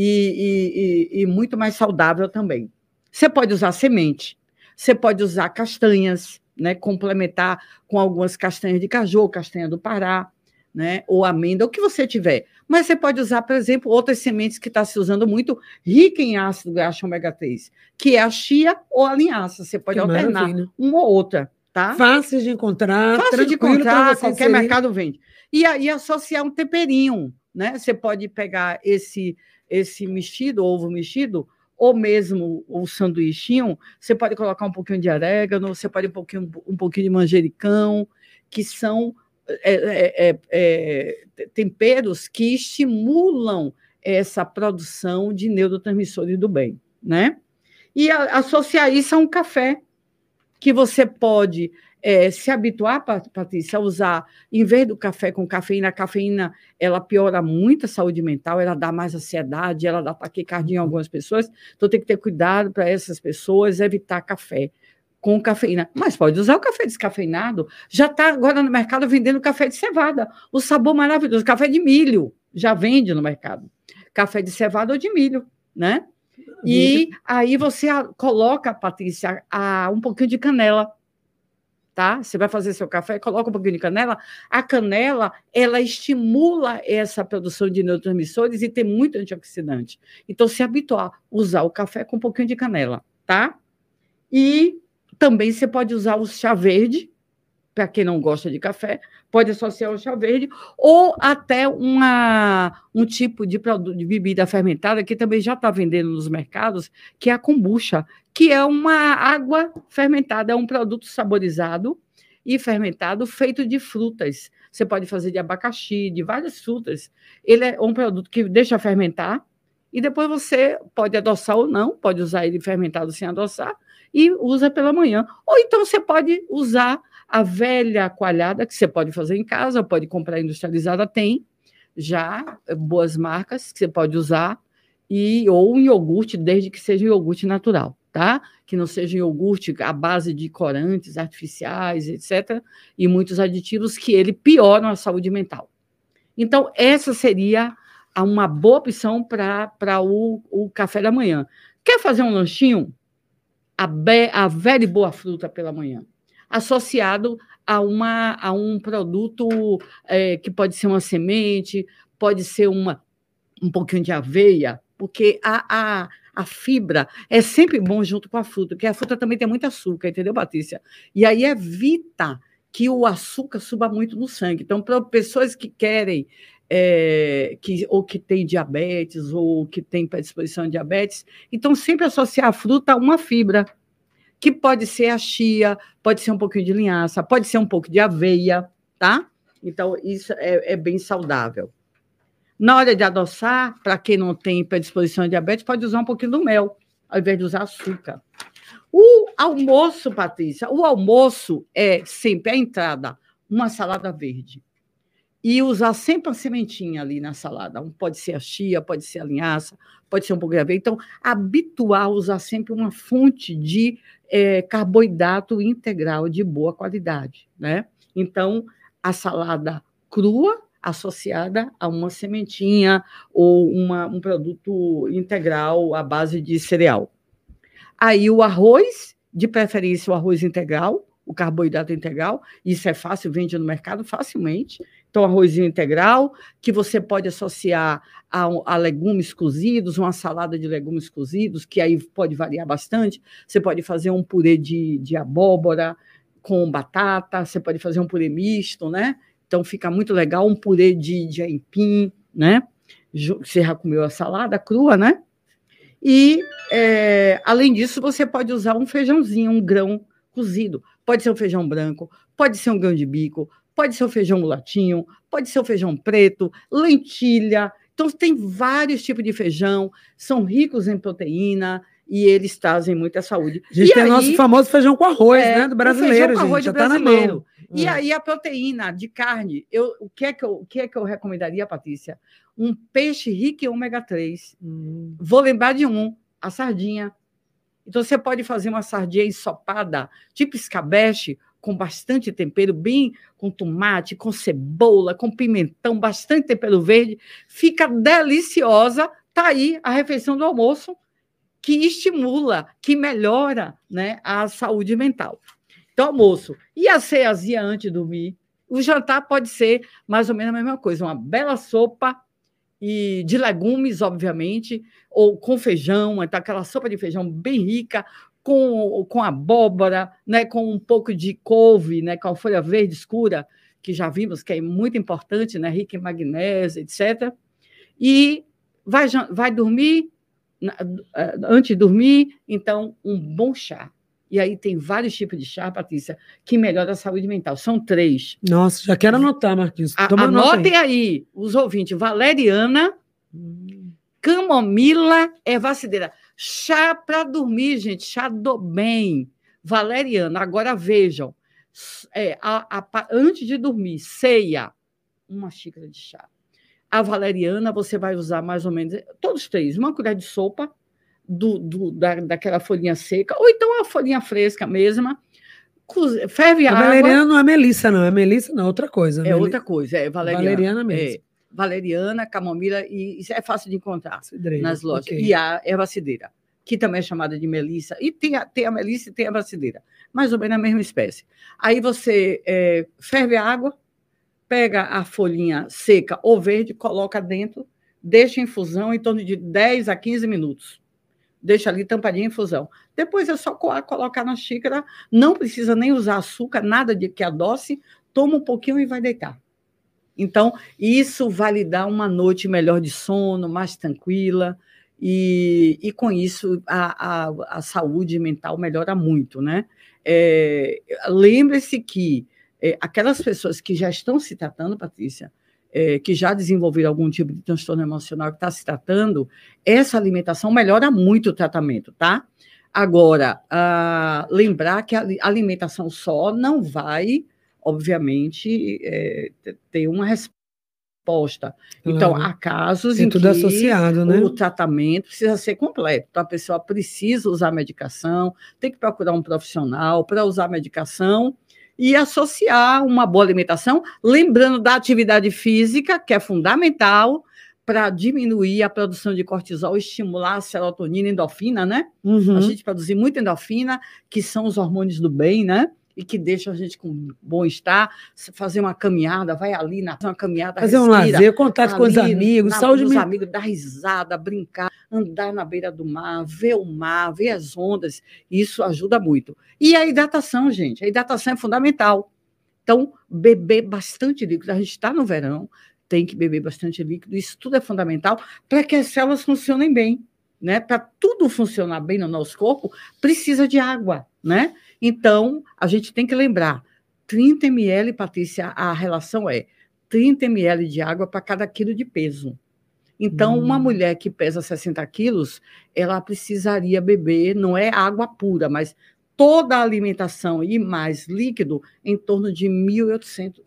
E, e, e, e muito mais saudável também. Você pode usar semente, você pode usar castanhas, né? Complementar com algumas castanhas de caju, castanha do Pará, né? Ou amêndoa, o que você tiver. Mas você pode usar, por exemplo, outras sementes que está se usando muito, rica em ácido graxo ômega três, que é a chia ou a linhaça. Você pode que alternar maravilha. Uma ou outra. Tá? Fácil de encontrar, fácil de encontrar, qualquer inserir. Mercado vende. E aí associar um temperinho, né? Você pode pegar esse esse mexido, ovo mexido, ou mesmo o sanduichinho, você pode colocar um pouquinho de orégano, você pode um pouquinho, um pouquinho de manjericão, que são é, é, é, temperos que estimulam essa produção de neurotransmissores do bem, né? E a, associar isso a um café, que você pode é, se habituar, Patrícia, a usar, em vez do café com cafeína, a cafeína ela piora muito a saúde mental, ela dá mais ansiedade, ela dá taquicardia em algumas pessoas, então tem que ter cuidado para essas pessoas evitar café com cafeína. Mas pode usar o café descafeinado, já está agora no mercado vendendo café de cevada, o sabor maravilhoso, café de milho, já vende no mercado, café de cevada ou de milho, né? E aí você coloca, Patrícia, a, um pouquinho de canela, tá? Você vai fazer seu café, coloca um pouquinho de canela. A canela, ela estimula essa produção de neurotransmissores e tem muito antioxidante. Então, se habituar a usar o café com um pouquinho de canela, tá? E também você pode usar o chá verde, para quem não gosta de café, pode associar o chá verde, ou até uma, um tipo de, produto, de bebida fermentada, que também já está vendendo nos mercados, que é a kombucha, que é uma água fermentada, é um produto saborizado e fermentado feito de frutas. Você pode fazer de abacaxi, de várias frutas. Ele é um produto que deixa fermentar, e depois você pode adoçar ou não, pode usar ele fermentado sem adoçar, e usa pela manhã. Ou então você pode usar a velha coalhada, que você pode fazer em casa, pode comprar industrializada, tem já boas marcas que você pode usar, e, ou um iogurte, desde que seja um iogurte natural, tá? Que não seja um iogurte à base de corantes artificiais, etcétera, e muitos aditivos que ele pioram a saúde mental. Então, essa seria uma boa opção para o, o café da manhã. Quer fazer um lanchinho? A, be, a velha e boa fruta pela manhã, associado a, uma, a um produto é, que pode ser uma semente, pode ser uma, um pouquinho de aveia, porque a, a, a fibra é sempre bom junto com a fruta, porque a fruta também tem muito açúcar, entendeu, Patrícia? E aí evita que o açúcar suba muito no sangue. Então, para pessoas que querem, é, que, ou que têm diabetes, ou que têm predisposição a diabetes, então sempre associar a fruta a uma fibra, que pode ser a chia, pode ser um pouquinho de linhaça, pode ser um pouco de aveia, tá? Então, isso é, é bem saudável. Na hora de adoçar, para quem não tem predisposição a diabetes, pode usar um pouquinho do mel, ao invés de usar açúcar. O almoço, Patrícia, o almoço é sempre a entrada, uma salada verde. E usar sempre uma sementinha ali na salada. Pode ser a chia, pode ser a linhaça, pode ser um pouco de aveia. Então, habituar a usar sempre uma fonte de é, carboidrato integral de boa qualidade, né? Então, a salada crua associada a uma sementinha ou uma, um produto integral à base de cereal. Aí o arroz, de preferência o arroz integral, o carboidrato integral, isso é fácil, vende no mercado facilmente. Então, arrozinho integral, que você pode associar a, a legumes cozidos, uma salada de legumes cozidos, que aí pode variar bastante. Você pode fazer um purê de, de abóbora com batata, você pode fazer um purê misto, né? Então, fica muito legal, um purê de, de aipim, né? Você já comeu a salada crua, né? E, é, além disso, você pode usar um feijãozinho, um grão cozido. Pode ser um feijão branco, pode ser um grão de bico, pode ser o feijão mulatinho, pode ser o feijão preto, lentilha. Então, tem vários tipos de feijão, são ricos em proteína e eles trazem muita saúde. A gente e tem o nosso famoso feijão com arroz, é, né? Do brasileiro, com arroz gente, do já brasileiro. Tá na mão. E hum. aí a proteína de carne, eu, o, que é que eu, o que é que eu recomendaria, Patrícia? Um peixe rico em ômega três. Hum. Vou lembrar de um, a sardinha. Então, você pode fazer uma sardinha ensopada, tipo escabeche, com bastante tempero, bem com tomate, com cebola, com pimentão, bastante tempero verde. Fica deliciosa. Está aí a refeição do almoço, que estimula, que melhora, né, a saúde mental. Então, almoço. E a ceiazinha antes de dormir? O jantar pode ser mais ou menos a mesma coisa. Uma bela sopa e de legumes, obviamente, ou com feijão, então aquela sopa de feijão bem rica, com, com abóbora, né, com um pouco de couve, né, com a folha verde escura, que já vimos que é muito importante, né, rica em magnésio, etcétera. E vai, vai dormir, antes de dormir, então, um bom chá. E aí tem vários tipos de chá, Patrícia, que melhoram a saúde mental. São três. Nossa, já quero anotar, Marquinhos. A, Toma nota anotem aí. aí, os ouvintes. Valeriana, hum. camomila, ervacideira. Chá para dormir, gente. Chá do bem. Valeriana. Agora vejam. É, a, a, antes de dormir, ceia, uma xícara de chá. A valeriana você vai usar mais ou menos, todos três, uma colher de sopa, Do, do, da, daquela folhinha seca, ou então a folhinha fresca mesma, ferve a água. Valeriana não é melissa, não, é melissa não, outra coisa. É Mel... outra coisa, é valeriana. Valeriana mesmo. É, valeriana, camomila, e isso é fácil de encontrar Cidreira, nas lojas. Okay. E a ervacideira, que também é chamada de melissa, e tem a, tem a melissa e tem a ervacideira, mais ou menos a mesma espécie. Aí você é, ferve a água, pega a folhinha seca ou verde, coloca dentro, deixa em infusão em torno de dez a quinze minutos. Deixa ali tampadinha em infusão. Depois é só coar, colocar na xícara, não precisa nem usar açúcar, nada de que adoce, toma um pouquinho e vai deitar. Então, isso vai lhe dar uma noite melhor de sono, mais tranquila, e, e com isso a, a, a saúde mental melhora muito, né? É, lembre-se que é, aquelas pessoas que já estão se tratando, Patrícia, É, que já desenvolveram algum tipo de transtorno emocional que está se tratando, essa alimentação melhora muito o tratamento, tá? Agora, ah, lembrar que a alimentação só não vai, obviamente, é, ter uma resposta. Claro. Então, há casos Tem em tudo que associado, né? O tratamento precisa ser completo. Então, a pessoa precisa usar medicação, tem que procurar um profissional para usar a medicação e associar uma boa alimentação, lembrando da atividade física, que é fundamental para diminuir a produção de cortisol, estimular a serotonina e endorfina, né? Uhum. A gente produzir muita endorfina, que são os hormônios do bem, né? E que deixam a gente com bom-estar, fazer uma caminhada, vai ali na uma caminhada, fazer respira, um lazer, contato com os amigos, na, saúde com os amigos, dar risada, brincar, andar na beira do mar, ver o mar, ver as ondas, isso ajuda muito. E a hidratação, gente, a hidratação é fundamental. Então, beber bastante líquido, a gente está no verão, tem que beber bastante líquido, isso tudo é fundamental para que as células funcionem bem, né? Para tudo funcionar bem no nosso corpo, precisa de água, né? Então, a gente tem que lembrar, trinta mililitros, Patrícia, a relação é trinta mililitros de água para cada quilo de peso. Então, hum. uma mulher que pesa sessenta quilos, ela precisaria beber, não é água pura, mas toda a alimentação e mais líquido em torno de mil e oitocentos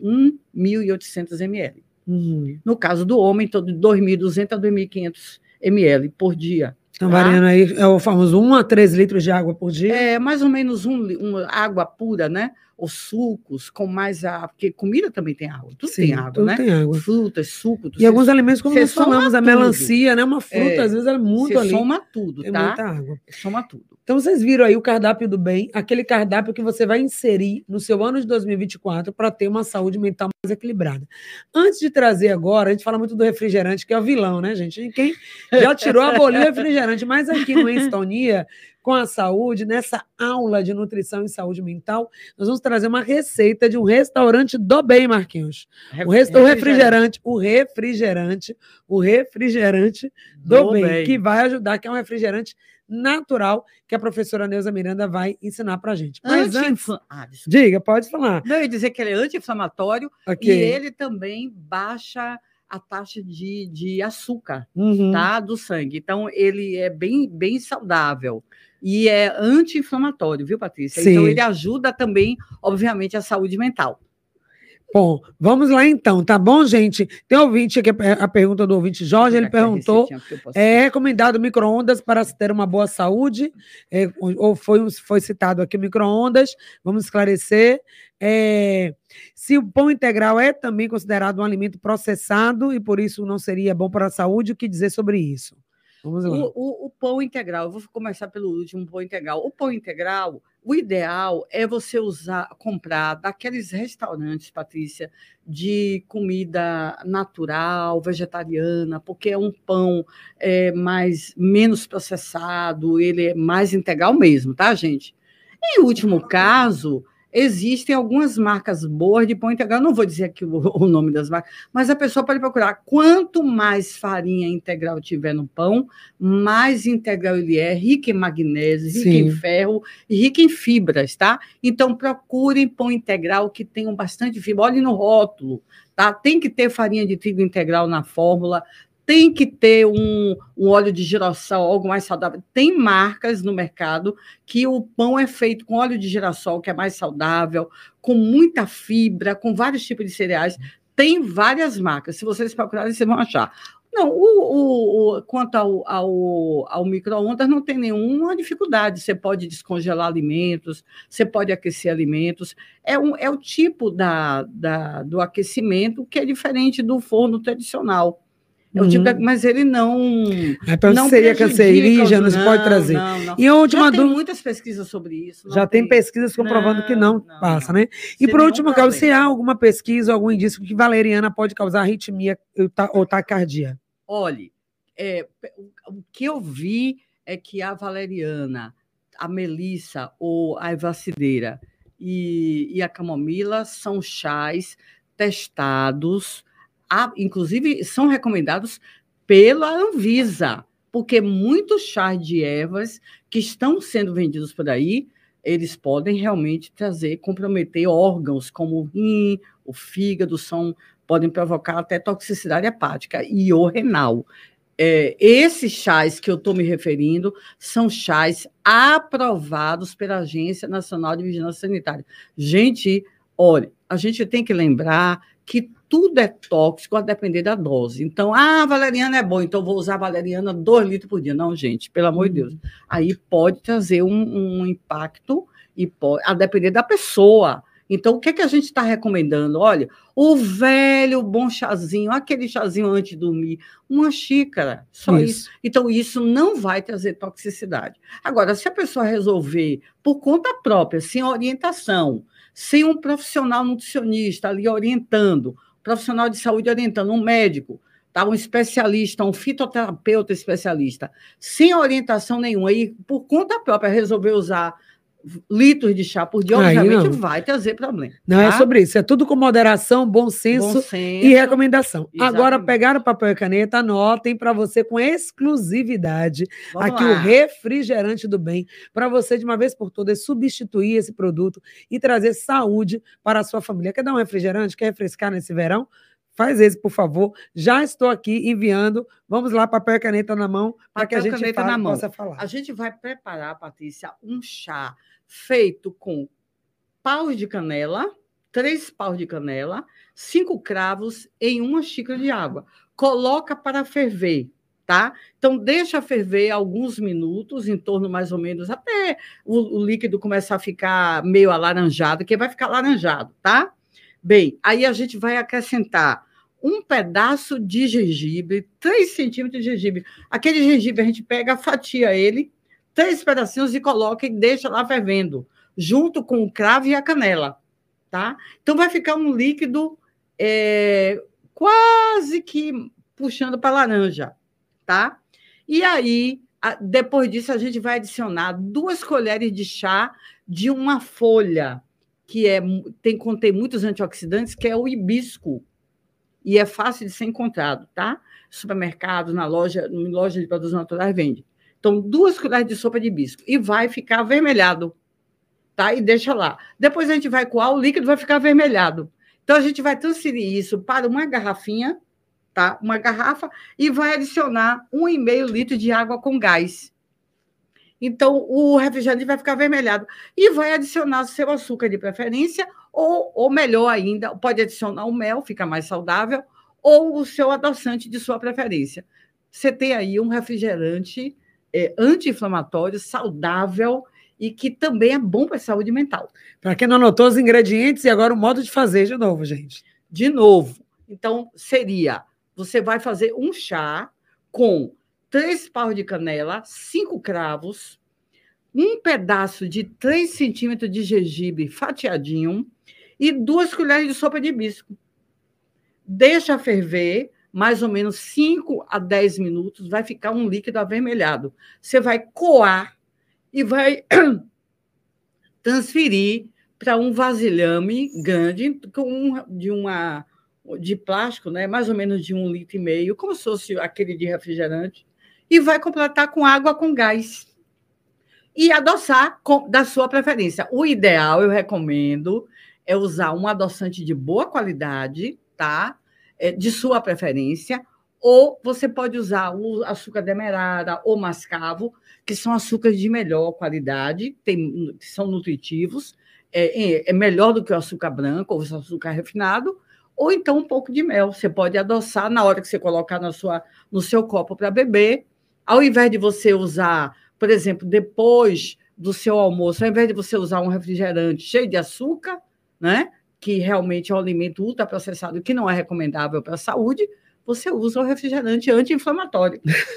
mililitros. Hum. No caso do homem, em torno de dois mil e duzentos a dois mil e quinhentos mililitros por dia. Então, tá? Variando aí, é o famoso um a três litros de água por dia? É, mais ou menos um, um água pura, né? Os sucos, com mais água, porque comida também tem água, tudo Sim, tem água, tudo né? Tem água. Frutas, suco. E alguns se, alimentos, como nós falamos, a tudo. melancia, né? Uma fruta, é, às vezes, ela é muito ali. Soma tudo, tem tá? muita água. Soma tudo. Então, vocês viram aí o cardápio do bem, aquele cardápio que você vai inserir no seu ano de dois mil e vinte e quatro para ter uma saúde mental mais equilibrada. Antes de trazer agora, a gente fala muito do refrigerante, que é o vilão, né, gente? Quem já tirou a bolinha refrigerante, mas aqui no Ensintonia, com a saúde, nessa aula de nutrição e saúde mental, nós vamos trazer uma receita de um restaurante do bem, Marquinhos. O, resta- o refrigerante, o refrigerante, o refrigerante do, do bem, bem, que vai ajudar, que é um refrigerante natural, que a professora Neuza Miranda vai ensinar pra gente. Mas antes, ah, diga, pode falar. Não, eu ia dizer que ele é anti-inflamatório okay. e ele também baixa a taxa de, de açúcar, uhum. tá, do sangue. Então, ele é bem, bem saudável e é anti-inflamatório, viu, Patrícia? Sim. Então, ele ajuda também, obviamente, a saúde mental. Bom, vamos lá então, tá bom, gente? Tem ouvinte aqui, a pergunta do ouvinte Jorge, ele perguntou, é recomendado micro-ondas para se ter uma boa saúde? É, ou foi, foi citado aqui micro-ondas, vamos esclarecer. É, se o pão integral é também considerado um alimento processado e por isso não seria bom para a saúde, o que dizer sobre isso? Vamos lá. O, o, o pão integral, eu vou começar pelo último, pão integral. O pão integral, o ideal é você usar, comprar daqueles restaurantes, Patrícia, de comida natural, vegetariana, porque é um pão é, mais, menos processado, ele é mais integral mesmo, tá, gente? Em último caso, existem algumas marcas boas de pão integral. Não vou dizer aqui o, o nome das marcas, mas a pessoa pode procurar. Quanto mais farinha integral tiver no pão, mais integral ele é, rico em magnésio, rico Sim. em ferro e rico em fibras, tá? Então, procurem pão integral que tenham bastante fibra. Olhem no rótulo, tá? Tem que ter farinha de trigo integral na fórmula, tem que ter um, um óleo de girassol, algo mais saudável. Tem marcas no mercado que o pão é feito com óleo de girassol, que é mais saudável, com muita fibra, com vários tipos de cereais. Tem várias marcas. Se vocês procurarem, vocês vão achar. Não, o, o, o, quanto ao, ao, ao micro-ondas, não tem nenhuma dificuldade. Você pode descongelar alimentos, você pode aquecer alimentos. É, um, é o tipo da, da, do aquecimento que é diferente do forno tradicional. É o tipo da, mas ele não. Então, não seria cancerígeno, não se pode trazer. Não, não. E a última já tem dúvida... muitas pesquisas sobre isso. Já tem, tem pesquisas comprovando não, que não, não passa, não. né? E, por último, Carlos, se há alguma pesquisa, algum indício que valeriana pode causar arritmia ou taquicardia? Olhe, é, o que eu vi é que a valeriana, a melissa ou a evacideira e, e a camomila são chás testados, a, inclusive são recomendados pela Anvisa, porque muitos chás de ervas que estão sendo vendidos por aí, eles podem realmente trazer, comprometer órgãos como o rim, o fígado, são, podem provocar até toxicidade hepática e ou renal. É, esses chás que eu estou me referindo são chás aprovados pela Agência Nacional de Vigilância Sanitária. Gente, olha, a gente tem que lembrar que tudo é tóxico a depender da dose. Então, ah, valeriana é bom, então vou usar valeriana dois litros por dia. Não, gente, pelo amor de Deus. Aí pode trazer um, um impacto e pode, a depender da pessoa. Então, o que, é que a gente está recomendando? Olha, o velho bom chazinho, aquele chazinho antes de dormir, uma xícara, só isso. isso. Então, isso não vai trazer toxicidade. Agora, se a pessoa resolver, por conta própria, sem orientação, sem um profissional nutricionista ali orientando, profissional de saúde orientando, um médico, tá? Um especialista, um fitoterapeuta especialista, sem orientação nenhuma, e por conta própria resolver usar litros de chá por dia, Aí obviamente não. vai trazer problema. Não tá? é sobre isso, é tudo com moderação, bom senso, Bom senso e recomendação. exatamente. Agora, pegaram papel e caneta, anotem para você com exclusividade Vamos aqui lá. o refrigerante do bem, para você de uma vez por todas substituir esse produto e trazer saúde para a sua família. Quer dar um refrigerante? Quer refrescar nesse verão? Faz esse, por favor. Já estou aqui enviando. Vamos lá, papel e caneta na mão, para que a gente caneta fale, na mão. possa falar. A gente vai preparar, Patrícia, um chá feito com paus de canela, três paus de canela, cinco cravos em uma xícara de água. Coloca para ferver, tá? Então, deixa ferver alguns minutos, em torno mais ou menos, até o, o líquido começar a ficar meio alaranjado, que vai ficar alaranjado, tá? Bem, aí a gente vai acrescentar um pedaço de gengibre, três centímetros de gengibre. Aquele gengibre, a gente pega, fatia ele, três pedacinhos e coloca e deixa lá fervendo, junto com o cravo e a canela, tá? Então, vai ficar um líquido é, quase que puxando para laranja, tá? E aí, a, depois disso, a gente vai adicionar duas colheres de chá de uma folha, que é, tem, contém muitos antioxidantes, que é o hibisco, e é fácil de ser encontrado, tá? Supermercado, na loja, na loja de produtos naturais vende. Então, duas colheres de sopa de hibisco. E vai ficar avermelhado, tá? E deixa lá. Depois a gente vai coar, o líquido vai ficar avermelhado. Então, a gente vai transferir isso para uma garrafinha, tá? Uma garrafa, e vai adicionar um e meio litro de água com gás. Então, o refrigerante vai ficar avermelhado. E vai adicionar seu açúcar de preferência, ou, ou melhor ainda, pode adicionar o mel, fica mais saudável, ou o seu adoçante de sua preferência. Você tem aí um refrigerante é, anti-inflamatório, saudável, e que também é bom para a saúde mental. Para quem não anotou os ingredientes, e agora o modo de fazer de novo, gente. De novo. Então, seria, você vai fazer um chá com três paus de canela, cinco cravos, um pedaço de três centímetros de gengibre fatiadinho e duas colheres de sopa de hibisco. Deixa ferver mais ou menos cinco a dez minutos, vai ficar um líquido avermelhado. Você vai coar e vai transferir para um vasilhame grande, com de, uma, de plástico, né? Mais ou menos de um litro e meio, como se fosse aquele de refrigerante, e vai completar com água com gás. E adoçar com, da sua preferência. O ideal, eu recomendo, é usar um adoçante de boa qualidade, tá? É, de sua preferência, ou você pode usar o açúcar demerara ou mascavo, que são açúcares de melhor qualidade, tem, são nutritivos, é, é melhor do que o açúcar branco ou o açúcar refinado, ou então um pouco de mel. Você pode adoçar na hora que você colocar na sua, no seu copo para beber. Ao invés de você usar, por exemplo, depois do seu almoço, ao invés de você usar um refrigerante cheio de açúcar, né, que realmente é um alimento ultraprocessado que não é recomendável para a saúde, você usa o refrigerante anti-inflamatório.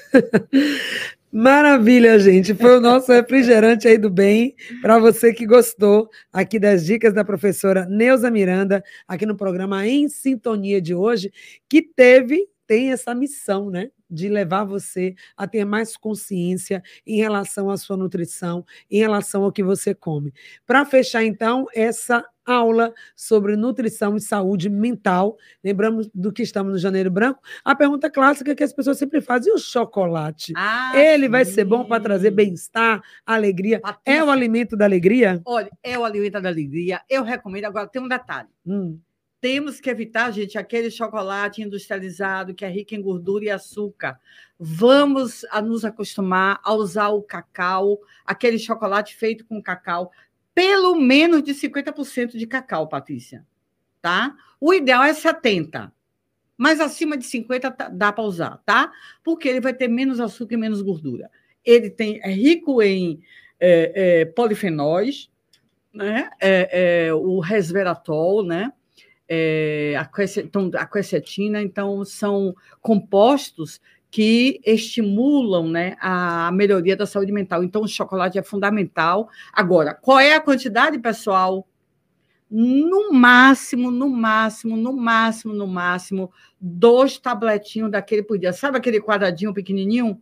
Maravilha, gente. Foi o nosso refrigerante aí do bem, para você que gostou aqui das dicas da professora Neuza Miranda, aqui no programa Em Sintonia de hoje, que teve, tem essa missão, né? De levar você a ter mais consciência em relação à sua nutrição, em relação ao que você come. Para fechar, então, essa aula sobre nutrição e saúde mental, lembramos do que estamos no Janeiro Branco, a pergunta clássica que as pessoas sempre fazem, e o chocolate? Ah, Ele sim. vai ser bom para trazer bem-estar, alegria? Patrícia, é o alimento da alegria? Olha, é o alimento da alegria. Eu recomendo. Agora, tem um detalhe. Hum. Temos que evitar, gente, aquele chocolate industrializado que é rico em gordura e açúcar. Vamos a nos acostumar a usar o cacau, aquele chocolate feito com cacau, pelo menos de cinquenta por cento de cacau, Patrícia. Tá? O ideal é setenta por cento, mas acima de cinquenta por cento dá para usar, tá? Porque ele vai ter menos açúcar e menos gordura. Ele tem, é rico em é, é, polifenóis, né? É, é, o resveratrol, né? É, a quercetina, então são compostos que estimulam, né, a melhoria da saúde mental. Então, o chocolate é fundamental. Agora, qual é a quantidade, pessoal? No máximo, no máximo, no máximo, no máximo, dois tabletinhos daquele por dia. Sabe aquele quadradinho pequenininho?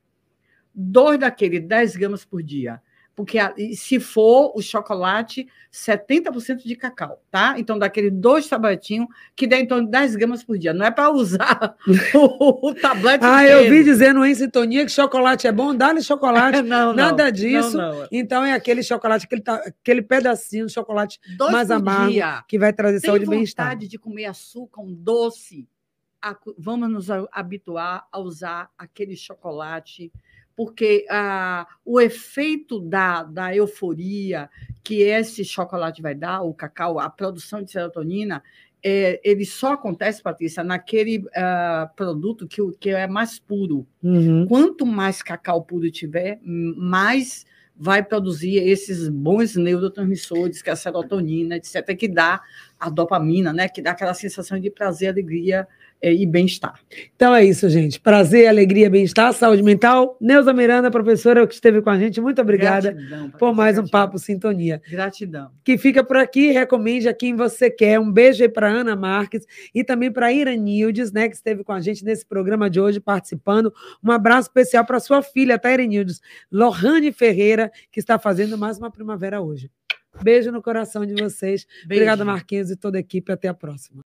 Dois daquele, dez gramas por dia. Porque se for o chocolate, setenta por cento de cacau, tá? Então, daquele dois tabletinhos, que dá em torno de dez gramas por dia. Não é para usar o, o tablete Ah, inteiro. eu vi dizendo Em Sintonia que chocolate é bom, dá-lhe chocolate. não, Nada não, disso. Não, não. Então, é aquele chocolate, aquele, aquele pedacinho de chocolate dois mais amargo, dia. que vai trazer Tem saúde e bem-estar. vontade de comer açúcar, um doce? Vamos nos habituar a usar aquele chocolate, porque ah, o efeito da, da euforia que esse chocolate vai dar, o cacau, a produção de serotonina, é, ele só acontece, Patrícia, naquele ah, produto que, que é mais puro. Uhum. Quanto mais cacau puro tiver, mais vai produzir esses bons neurotransmissores, que é a serotonina, etcétera, que dá a dopamina, né? Que dá aquela sensação de prazer, alegria é, e bem-estar. Então é isso, gente. Prazer, alegria, bem-estar, saúde mental. Neuza Miranda, professora que esteve com a gente, muito obrigada Gratidão, por mais gratidão. um Papo Sintonia. Gratidão. Que fica por aqui, recomende a quem você quer. Um beijo aí para Ana Marques e também para Iranildes, né, que esteve com a gente nesse programa de hoje participando. Um abraço especial para sua filha, tá, Iranildes? Lohane Ferreira, que está fazendo mais uma primavera hoje. Beijo no coração de vocês. Beijo. Obrigada, Marquinhos e toda a equipe. Até a próxima.